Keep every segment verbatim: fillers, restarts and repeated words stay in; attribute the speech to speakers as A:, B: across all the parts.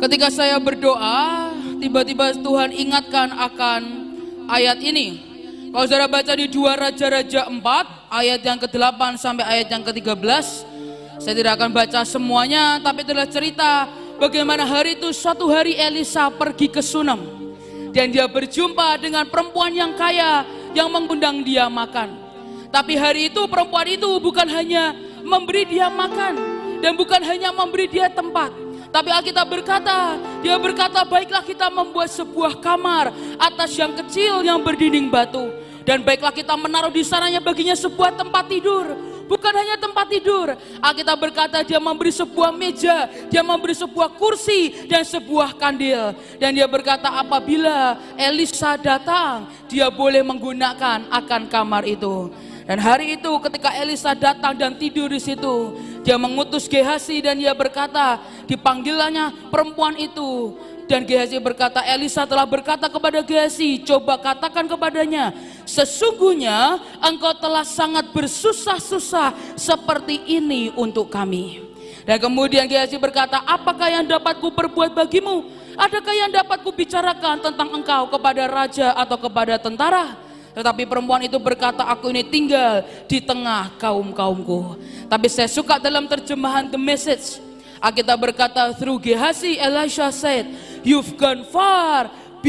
A: Ketika saya berdoa, tiba-tiba Tuhan ingatkan akan ayat ini. Kalau saudara baca di dua Raja-Raja empat, ayat yang ke delapan sampai ayat yang ke tiga belas, saya tidak akan baca semuanya, tapi adalah cerita bagaimana hari itu, suatu hari Elisa pergi ke Sunem. Dan dia berjumpa dengan perempuan yang kaya yang mengundang dia makan. Tapi hari itu perempuan itu bukan hanya memberi dia makan dan bukan hanya memberi dia tempat. Tapi Alkitab berkata, dia berkata, baiklah kita membuat sebuah kamar atas yang kecil yang berdinding batu. Dan baiklah kita menaruh di sananya baginya sebuah tempat tidur. Bukan hanya tempat tidur. Alkitab berkata dia memberi sebuah meja, dia memberi sebuah kursi dan sebuah kandil. Dan dia berkata apabila Elisa datang, dia boleh menggunakan akan kamar itu. Dan hari itu ketika Elisa datang dan tidur di situ, dia mengutus Gehazi dan dia berkata, dipanggilannya perempuan itu. Dan Gehazi berkata, Elisa telah berkata kepada Gehazi, coba katakan kepadanya, sesungguhnya engkau telah sangat bersusah-susah seperti ini untuk kami. Dan kemudian Gehazi berkata, apakah yang dapat ku perbuat bagimu? Adakah yang dapat ku bicarakan tentang engkau kepada raja atau kepada tentara? Tetapi perempuan itu berkata, aku ini tinggal di tengah kaum-kaumku. Tapi saya suka dalam terjemahan The Message. Alkitab berkata, through Gehazi, Elisha said, you've gone far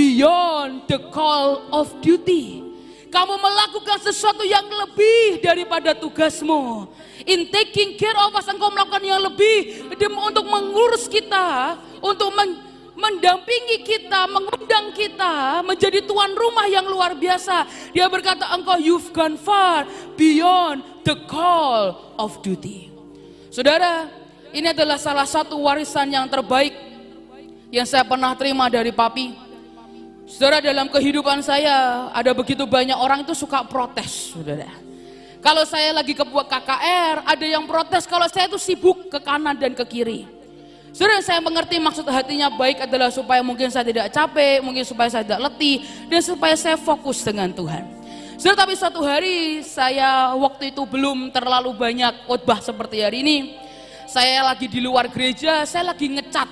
A: beyond the call of duty. Kamu melakukan sesuatu yang lebih daripada tugasmu. In taking care of us, engkau melakukan yang lebih untuk mengurus kita, untuk men mendampingi kita, mengundang kita menjadi tuan rumah yang luar biasa. Dia berkata, engkau you've gone far beyond the call of duty. Saudara, ini adalah salah satu warisan yang terbaik yang saya pernah terima dari papi. Saudara, dalam kehidupan saya ada begitu banyak orang itu suka protes, saudara. Kalau saya lagi ke buat K K R, ada yang protes kalau saya itu sibuk ke kanan dan ke kiri. Saudara, saya mengerti maksud hatinya baik adalah supaya mungkin saya tidak capek, mungkin supaya saya tidak letih, dan supaya saya fokus dengan Tuhan. Saudara, tapi suatu hari saya waktu itu belum terlalu banyak khotbah seperti hari ini. Saya lagi di luar gereja, saya lagi ngecat.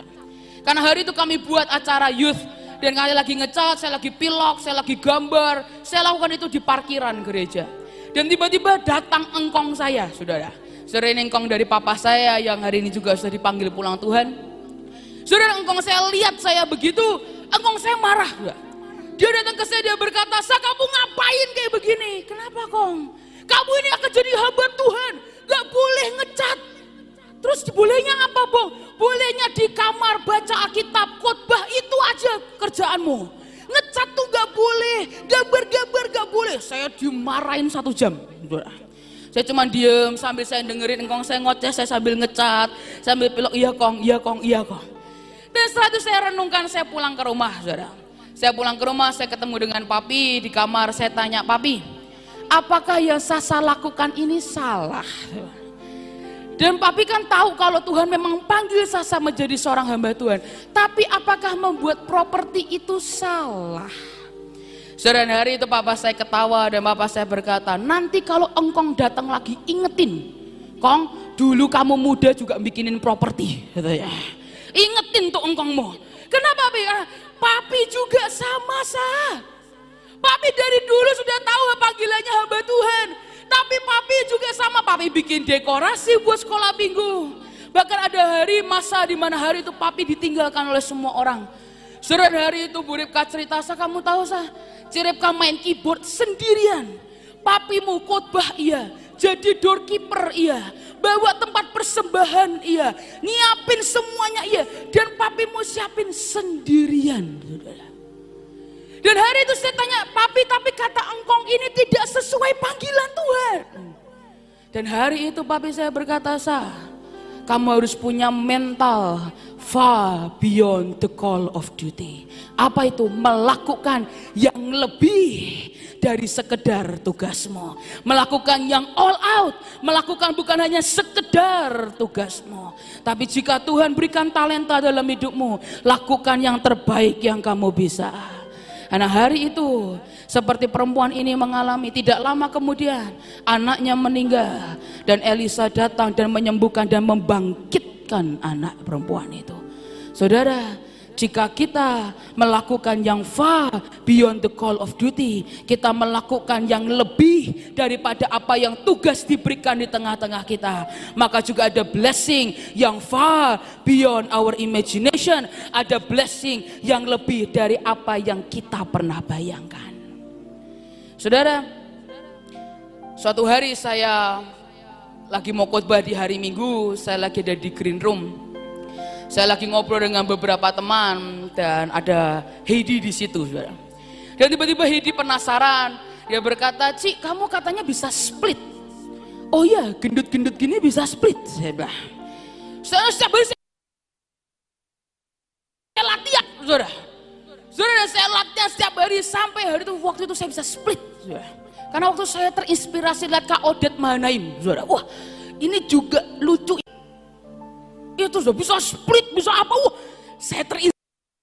A: Karena hari itu kami buat acara youth, dan kami lagi ngecat, saya lagi pilok, saya lagi gambar. Saya lakukan itu di parkiran gereja. Dan tiba-tiba datang engkong saya, saudara. Saudara, ini engkong dari papa saya yang hari ini juga sudah dipanggil pulang Tuhan. Saudara, engkong saya lihat saya begitu, engkong saya marah. Dia datang ke saya, dia berkata, Sa, kamu ngapain kayak begini? Kenapa, Kong? Kamu ini akan jadi hamba Tuhan, gak boleh ngecat. Terus bolehnya apa, Bong? Bolehnya di kamar baca Alkitab, khotbah, itu aja kerjaanmu. Ngecat tuh gak boleh, gambar-gambar gak boleh. Saya dimarahin satu jam. Saya cuma diem sambil saya dengerin engkong saya ngoceh, saya sambil ngecat, sambil pilok, iya Kong, iya Kong, iya Kong. Dan setelah itu saya renungkan, saya pulang ke rumah, saudara. Saya pulang ke rumah, saya ketemu dengan papi di kamar, saya tanya, papi, apakah yang Sasa lakukan ini salah? Dan papi kan tahu kalau Tuhan memang panggil Sasa menjadi seorang hamba Tuhan. Tapi apakah membuat properti itu salah? Saudara, hari itu papa saya ketawa dan papa saya berkata, nanti kalau engkong datang lagi ingetin, Kong, dulu kamu muda juga bikinin properti. Ingetin tuh engkongmu. Kenapa, papi? Papi juga sama, Sa. Papi dari dulu sudah tahu panggilannya hamba Tuhan. Tapi papi juga sama, papi bikin dekorasi buat sekolah minggu. Bahkan ada hari masa di mana hari itu papi ditinggalkan oleh semua orang. Saudara, hari itu Bu Ripka cerita, Sa, kamu tahu, Sa, Ripka main keyboard sendirian. Papimu khotbah iya, jadi doorkeeper iya, bawa tempat persembahan iya, nyiapin semuanya iya, dan papimu siapin sendirian. Dan hari itu saya tanya, papi, tapi kata engkong ini tidak sesuai panggilan Tuhan. Dan hari itu papi saya berkata, Sa, kamu harus punya mental far beyond the call of duty. Apa itu? Melakukan yang lebih dari sekedar tugasmu. Melakukan yang all out. Melakukan bukan hanya sekedar tugasmu. Tapi jika Tuhan berikan talenta dalam hidupmu, lakukan yang terbaik yang kamu bisa. Karena hari itu seperti perempuan ini mengalami, tidak lama kemudian anaknya meninggal dan Elisa datang dan menyembuhkan dan membangkitkan anak perempuan itu. Saudara, jika kita melakukan yang far beyond the call of duty, kita melakukan yang lebih daripada apa yang tugas diberikan di tengah-tengah kita, maka juga ada blessing yang far beyond our imagination, ada blessing yang lebih dari apa yang kita pernah bayangkan. Saudara, suatu hari saya lagi mau khotbah di hari Minggu, saya lagi ada di green room. Saya lagi ngobrol dengan beberapa teman dan ada Heidi di situ, saudara. Dan tiba-tiba Heidi penasaran, dia berkata, "Ci, kamu katanya bisa split." "Oh iya, gendut-gendut gini bisa split," saya bilang. Saudara, setiap hari saya latihan, saudara. Saudara, saya latihan setiap hari sampai hari itu, waktu itu saya bisa split, saudara. Karena waktu saya terinspirasi lihat Kak Odet Mahanaim, saudara. Wah, ini juga lucu. Itu sudah bisa split, bisa apa? Wah, saya terinspirasi.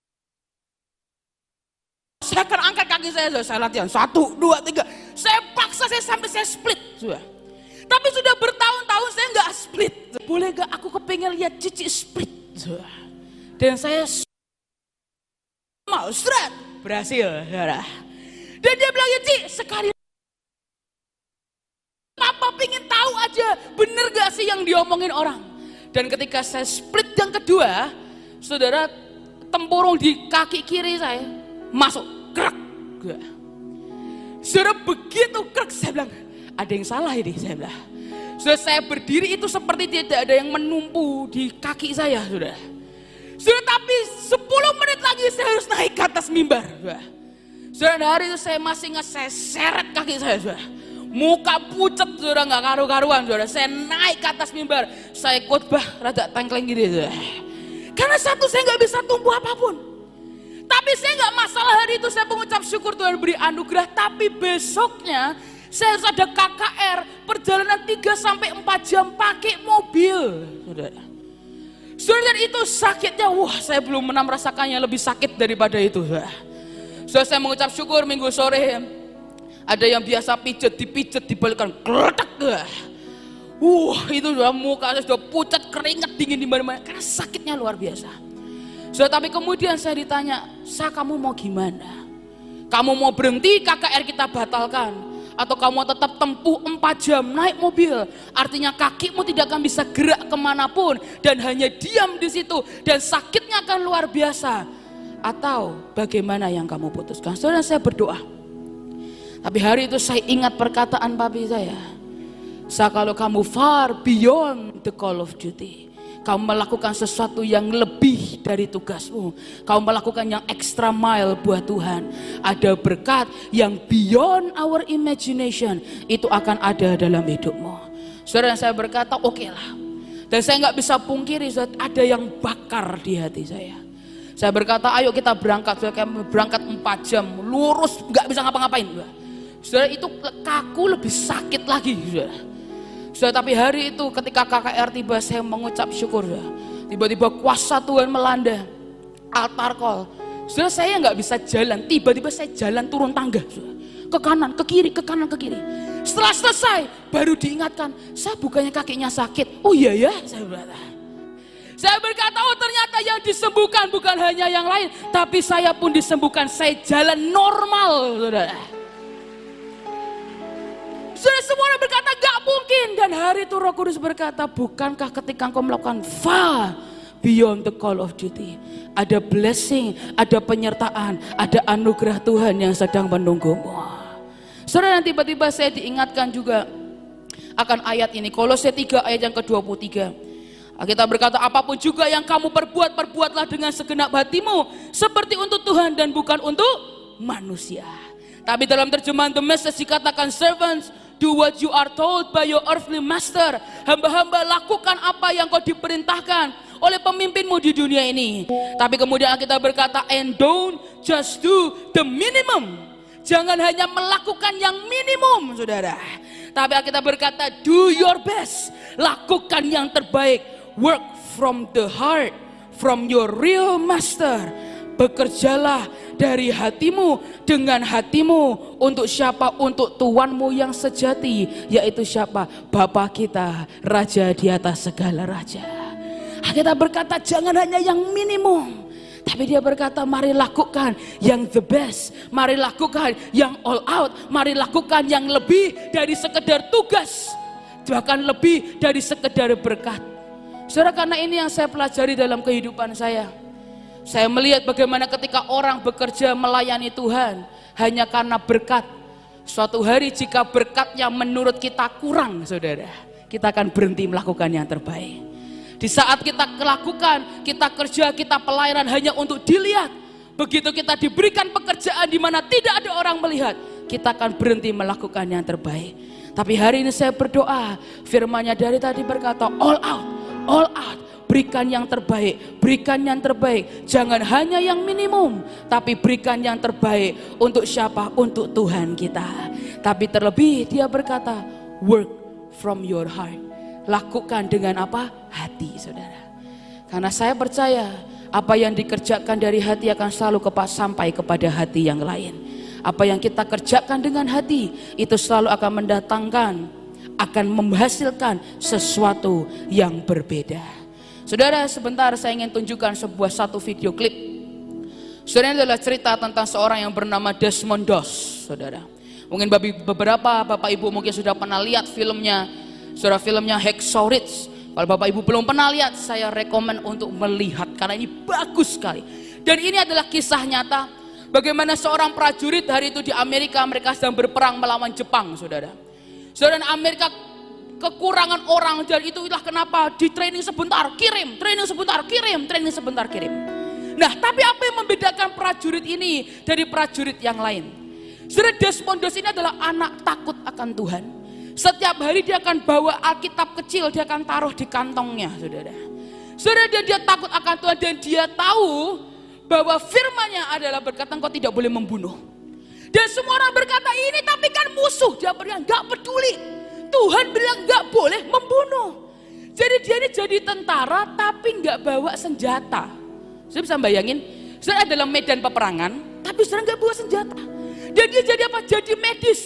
A: Saya akan angkat kaki saya, saya latihan satu, dua, tiga. Saya paksa saya sampai saya split, sudah. Tapi sudah bertahun-tahun saya nggak split. Boleh gak aku kepengen lihat Cici split, sudah. Dan saya mau stret, berhasil, sudah. Dan dia bilang, "Ya Ci, sekali apa pengen tahu aja, bener gak sih yang diomongin orang?" Dan ketika saya split yang kedua, saudara, tempurung di kaki kiri saya masuk, krek. Saudara, begitu krek, saya bilang, ada yang salah ini, saya bilang. Saudara, saya berdiri itu seperti tidak ada yang menumpu di kaki saya, saudara. Saudara, tapi sepuluh menit lagi saya harus naik ke atas mimbar, saudara. Saudara, hari itu saya masih ingat, saya seret kaki saya, saudara. Muka pucet, saudara, nggak karu-karuan, saudara. Saya naik ke atas mimbar, saya khotbah rada tengkleng gitu, saudara. Karena satu, saya nggak bisa tumbuh apapun. Tapi saya nggak masalah, hari itu saya mengucap syukur Tuhan beri anugerah. Tapi besoknya saya harus ada K K R, perjalanan tiga sampai empat jam pakai mobil, saudara. Saudara, itu sakitnya, wah, saya belum pernah merasakannya lebih sakit daripada itu, saudara. Saudara, saya mengucap syukur minggu sore. Ada yang biasa pijet, dipijet, dibalikan, kletek. Uh, itu sudah muka saya sudah pucat, keringat dingin di mana-mana karena sakitnya luar biasa. So, tapi kemudian saya ditanya, "Sa, kamu mau gimana? Kamu mau berhenti K K R kita batalkan? Atau kamu tetap tempuh empat jam naik mobil? Artinya kakimu tidak akan bisa gerak kemanapun dan hanya diam di situ dan sakitnya akan luar biasa. Atau bagaimana yang kamu putuskan?" Saudara, saya berdoa. Tapi hari itu saya ingat perkataan papi saya. "Sa, kalau kamu far beyond the call of duty, kamu melakukan sesuatu yang lebih dari tugasmu, kamu melakukan yang extra mile buat Tuhan, ada berkat yang beyond our imagination, itu akan ada dalam hidupmu." Saudara, saya berkata, oke okay lah. Dan saya nggak bisa pungkiri, saudara, ada yang bakar di hati saya. Saya berkata, ayo kita berangkat. Saudara, berangkat empat jam, lurus, nggak bisa ngapa-ngapain. Saudara, itu kaku lebih sakit lagi, saudara. Saudara, tapi hari itu ketika K K R tiba, saya mengucap syukur, saudara. Tiba-tiba kuasa Tuhan melanda, altar call. Saudara, saya nggak bisa jalan, tiba-tiba saya jalan turun tangga, saudara. Ke kanan, ke kiri, ke kanan, ke kiri. Setelah selesai, baru diingatkan, "Saya bukannya kakinya sakit." "Oh iya ya," saya berkata. Saya berkata, oh ternyata yang disembuhkan bukan hanya yang lain, tapi saya pun disembuhkan. Saya jalan normal, saudara. Saudara, semua orang berkata gak mungkin. Dan hari itu Roh Kudus berkata, bukankah ketika engkau melakukan far beyond the call of duty, ada blessing, ada penyertaan, ada anugerah Tuhan yang sedang menunggumu. Saudara, dan tiba-tiba saya diingatkan juga akan ayat ini, Kolose tiga ayat yang ke dua puluh tiga. Kita berkata, apapun juga yang kamu perbuat, perbuatlah dengan segenap hatimu, seperti untuk Tuhan dan bukan untuk manusia. Tapi dalam terjemahan The Message dikatakan, servants, do what you are told by your earthly master. Hamba-hamba, lakukan apa yang kau diperintahkan oleh pemimpinmu di dunia ini. Tapi kemudian kita berkata, and don't just do the minimum. Jangan hanya melakukan yang minimum, saudara. Tapi kita berkata, do your best. Lakukan yang terbaik. Work from the heart, from your real master. Bekerjalah dari hatimu, dengan hatimu. Untuk siapa? Untuk Tuanmu yang sejati, yaitu siapa? Bapa kita, Raja di atas segala raja. kita berkata jangan hanya yang minimum, tapi dia berkata mari lakukan yang the best, mari lakukan yang all out, mari lakukan yang lebih dari sekedar tugas, bahkan lebih dari sekedar berkat. Saudara, karena ini yang saya pelajari dalam kehidupan saya. Saya melihat bagaimana ketika orang bekerja melayani Tuhan hanya karena berkat, suatu hari jika berkatnya menurut kita kurang, saudara, kita akan berhenti melakukan yang terbaik. Di saat kita lakukan, kita kerja, kita pelayanan hanya untuk dilihat. Begitu kita diberikan pekerjaan di mana tidak ada orang melihat, kita akan berhenti melakukan yang terbaik. Tapi hari ini saya berdoa, firman-Nya dari tadi berkata all out, all out. Berikan yang terbaik, berikan yang terbaik. Jangan hanya yang minimum, tapi berikan yang terbaik. Untuk siapa? Untuk Tuhan kita. Tapi terlebih dia berkata, work from your heart. Lakukan dengan apa? Hati, saudara. Karena saya percaya apa yang dikerjakan dari hati akan selalu kepas sampai kepada hati yang lain. Apa yang kita kerjakan dengan hati itu selalu akan mendatangkan, akan menghasilkan sesuatu yang berbeda. Saudara, sebentar saya ingin tunjukkan sebuah satu video klip. Saudara, ini adalah cerita tentang seorang yang bernama Desmond Doss, saudara. Mungkin beberapa Bapak Ibu mungkin sudah pernah lihat filmnya, saudara, filmnya Hacksaw Ridge. Kalau Bapak Ibu belum pernah lihat, saya rekomen untuk melihat karena ini bagus sekali. Dan ini adalah kisah nyata bagaimana seorang prajurit hari itu di Amerika, mereka sedang berperang melawan Jepang, saudara. Saudara, Amerika kekurangan orang, dan itulah kenapa di training sebentar kirim, training sebentar kirim, training sebentar kirim. Nah, tapi apa yang membedakan prajurit ini dari prajurit yang lain? Saudara, Desmond Doss ini adalah anak takut akan Tuhan. Setiap hari dia akan bawa Alkitab kecil, dia akan taruh di kantongnya, saudara. Saudara, dia, dia takut akan Tuhan dan dia tahu bahwa firman-Nya adalah berkata engkau tidak boleh membunuh. Dan semua orang berkata ini tapi kan musuh. Dia bilang gak peduli. Tuhan bilang gak boleh membunuh. Jadi dia ini jadi tentara tapi gak bawa senjata. Saya bisa bayangin, saya dalam medan peperangan tapi sekarang gak bawa senjata. Dan dia jadi apa? Jadi medis.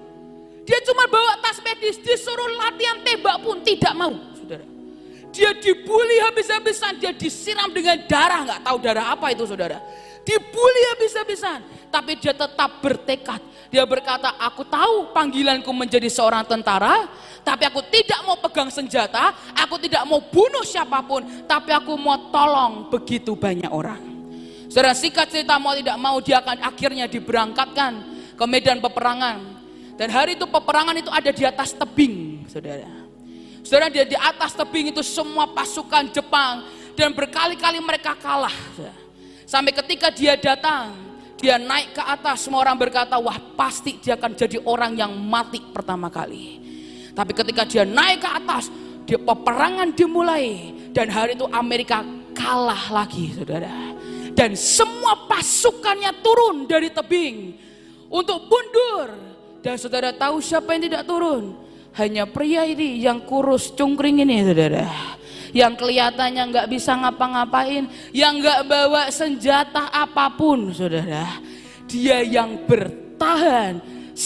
A: Dia cuma bawa tas medis, disuruh latihan tembak pun tidak mau, saudara. Dia dibully habis-habisan, dia disiram dengan darah, gak tahu darah apa itu, saudara. Dibully habis-habisan, tapi dia tetap bertekad. Dia berkata, aku tahu panggilanku menjadi seorang tentara, tapi aku tidak mau pegang senjata, aku tidak mau bunuh siapapun, tapi aku mau tolong begitu banyak orang. Saudara, singkat cerita mau tidak mau dia akan akhirnya diberangkatkan ke medan peperangan. Dan hari itu peperangan itu ada di atas tebing, saudara. Saudara, dia di atas tebing itu semua pasukan Jepang dan berkali-kali mereka kalah. Sampai ketika dia datang, dia naik ke atas, semua orang berkata, wah pasti dia akan jadi orang yang mati pertama kali. Tapi ketika dia naik ke atas, dia peperangan dimulai. Dan hari itu Amerika kalah lagi, saudara. Dan semua pasukannya turun dari tebing untuk mundur. Dan saudara tahu siapa yang tidak turun? Hanya pria ini yang kurus cungkring ini, saudara. Yang kelihatannya nggak bisa ngapa-ngapain, yang nggak bawa senjata apapun, saudara. Dia yang bertahan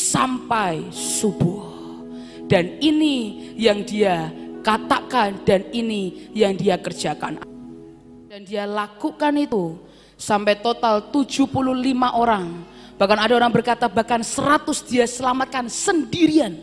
A: sampai subuh. Dan ini yang dia katakan dan ini yang dia kerjakan. Dan dia lakukan itu sampai total tujuh puluh lima orang. Bahkan ada orang berkata bahkan seratus dia selamatkan sendirian.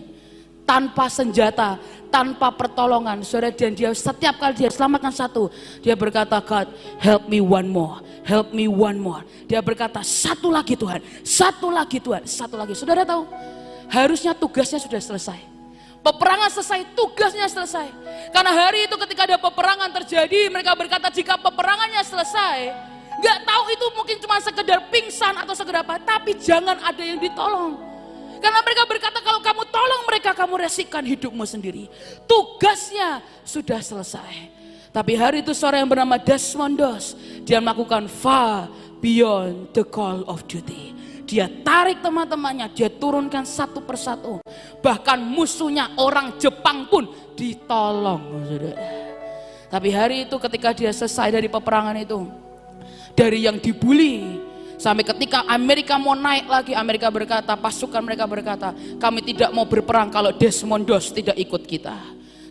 A: Tanpa senjata, tanpa pertolongan, saudara. Dan dia setiap kali dia selamatkan satu, dia berkata, God help me one more, help me one more. Dia berkata satu lagi Tuhan, satu lagi Tuhan, satu lagi. Saudara tahu, harusnya tugasnya sudah selesai. Peperangan selesai, tugasnya selesai. Karena hari itu ketika ada peperangan terjadi, mereka berkata jika peperangannya selesai, gak tahu itu mungkin cuma sekedar pingsan atau sekedar apa, tapi jangan ada yang ditolong. Karena mereka berkata kalau kamu tolong mereka, kamu resikkan hidupmu sendiri. Tugasnya sudah selesai. Tapi hari itu seorang yang bernama Desmond Doss, dia melakukan far beyond the call of duty. Dia tarik teman-temannya, dia turunkan satu persatu. Bahkan musuhnya orang Jepang pun ditolong. Tapi hari itu ketika dia selesai dari peperangan itu, dari yang dibully, sampai ketika Amerika mau naik lagi, Amerika berkata, pasukan mereka berkata, kami tidak mau berperang kalau Desmond Doss tidak ikut kita.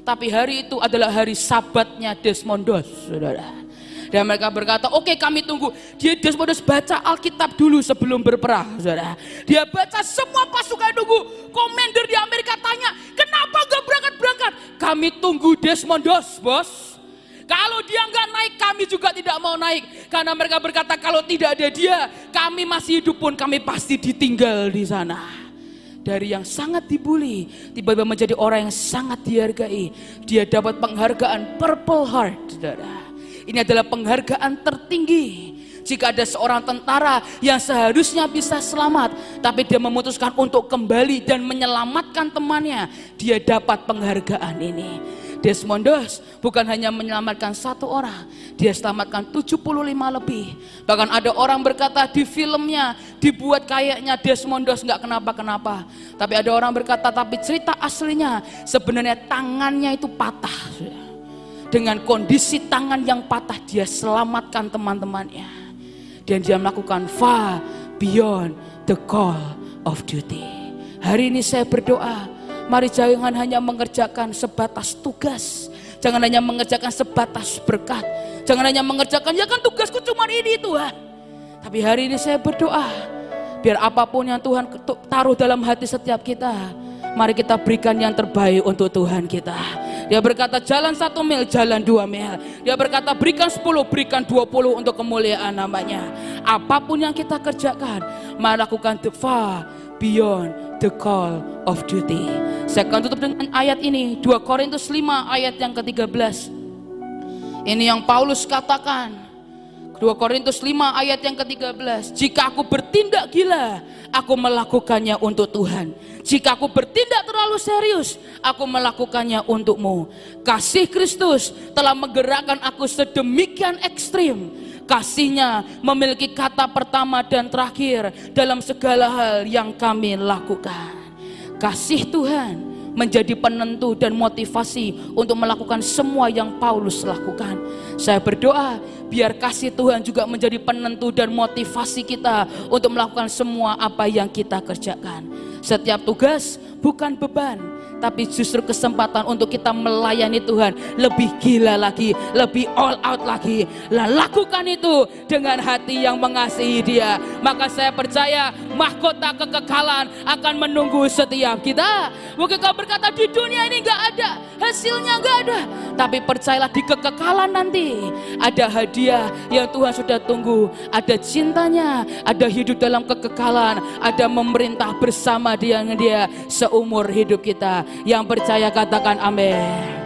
A: tapi hari itu adalah hari sabatnya Desmondos, saudara. Dan mereka berkata, oke, okay, kami tunggu. Dia Desmondos baca Alkitab dulu sebelum berperang, saudara. Dia baca, semua pasukan tunggu. Komander di Amerika tanya, kenapa gak berangkat-berangkat? Kami tunggu Desmondos, bos. Kalau dia nggak naik, kami juga tidak mau naik. Karena mereka berkata, kalau tidak ada dia, kami masih hidup pun kami pasti ditinggal di sana. Dari yang sangat dibully, tiba-tiba menjadi orang yang sangat dihargai. Dia dapat penghargaan Purple Heart, saudara. Ini adalah penghargaan tertinggi. Jika ada seorang tentara yang seharusnya bisa selamat, tapi dia memutuskan untuk kembali dan menyelamatkan temannya, dia dapat penghargaan ini. Desmondos bukan hanya menyelamatkan satu orang, dia selamatkan tujuh puluh lima lebih. Bahkan ada orang berkata di filmnya dibuat kayaknya Desmondos nggak kenapa-kenapa. Tapi ada orang berkata, tapi cerita aslinya sebenarnya tangannya itu patah. Dengan kondisi tangan yang patah, dia selamatkan teman-temannya. Dan dia melakukan far beyond the call of duty. Hari ini saya berdoa, mari jangan hanya mengerjakan sebatas tugas. Jangan hanya mengerjakan sebatas berkat. Jangan hanya mengerjakan, ya kan tugasku cuma ini Tuhan. Tapi hari ini saya berdoa, biar apapun yang Tuhan taruh dalam hati setiap kita, mari kita berikan yang terbaik untuk Tuhan kita. Dia berkata jalan satu mil, jalan dua mil. Dia berkata berikan sepuluh, berikan dua puluh untuk kemuliaan namanya. Apapun yang kita kerjakan, mari lakukan the far beyond the call of duty. Saya akan tutup dengan ayat ini, dua Korintus lima ayat yang ke tiga belas. Ini yang Paulus katakan. dua Korintus lima ayat yang ke tiga belas. Jika aku bertindak gila, aku melakukannya untuk Tuhan. Jika aku bertindak terlalu serius, aku melakukannya untukmu. Kasih Kristus telah menggerakkan aku sedemikian ekstrim. Kasihnya memiliki kata pertama dan terakhir dalam segala hal yang kami lakukan. Kasih Tuhan menjadi penentu dan motivasi untuk melakukan semua yang Paulus lakukan. Saya berdoa biar kasih Tuhan juga menjadi penentu dan motivasi kita untuk melakukan semua apa yang kita kerjakan. Setiap tugas bukan beban, tapi justru kesempatan untuk kita melayani Tuhan lebih gila lagi, lebih all out lagi. Lah lakukan itu dengan hati yang mengasihi Dia. Maka saya percaya mahkota kekekalan akan menunggu setiap kita. Mungkin kau berkata di dunia ini gak ada, hasilnya gak ada. Tapi percayalah di kekekalan nanti ada hadiah yang Tuhan sudah tunggu. Ada cintanya, ada hidup dalam kekekalan, ada memerintah bersama Dia dengan Dia seumur hidup kita. Yang percaya katakan amin.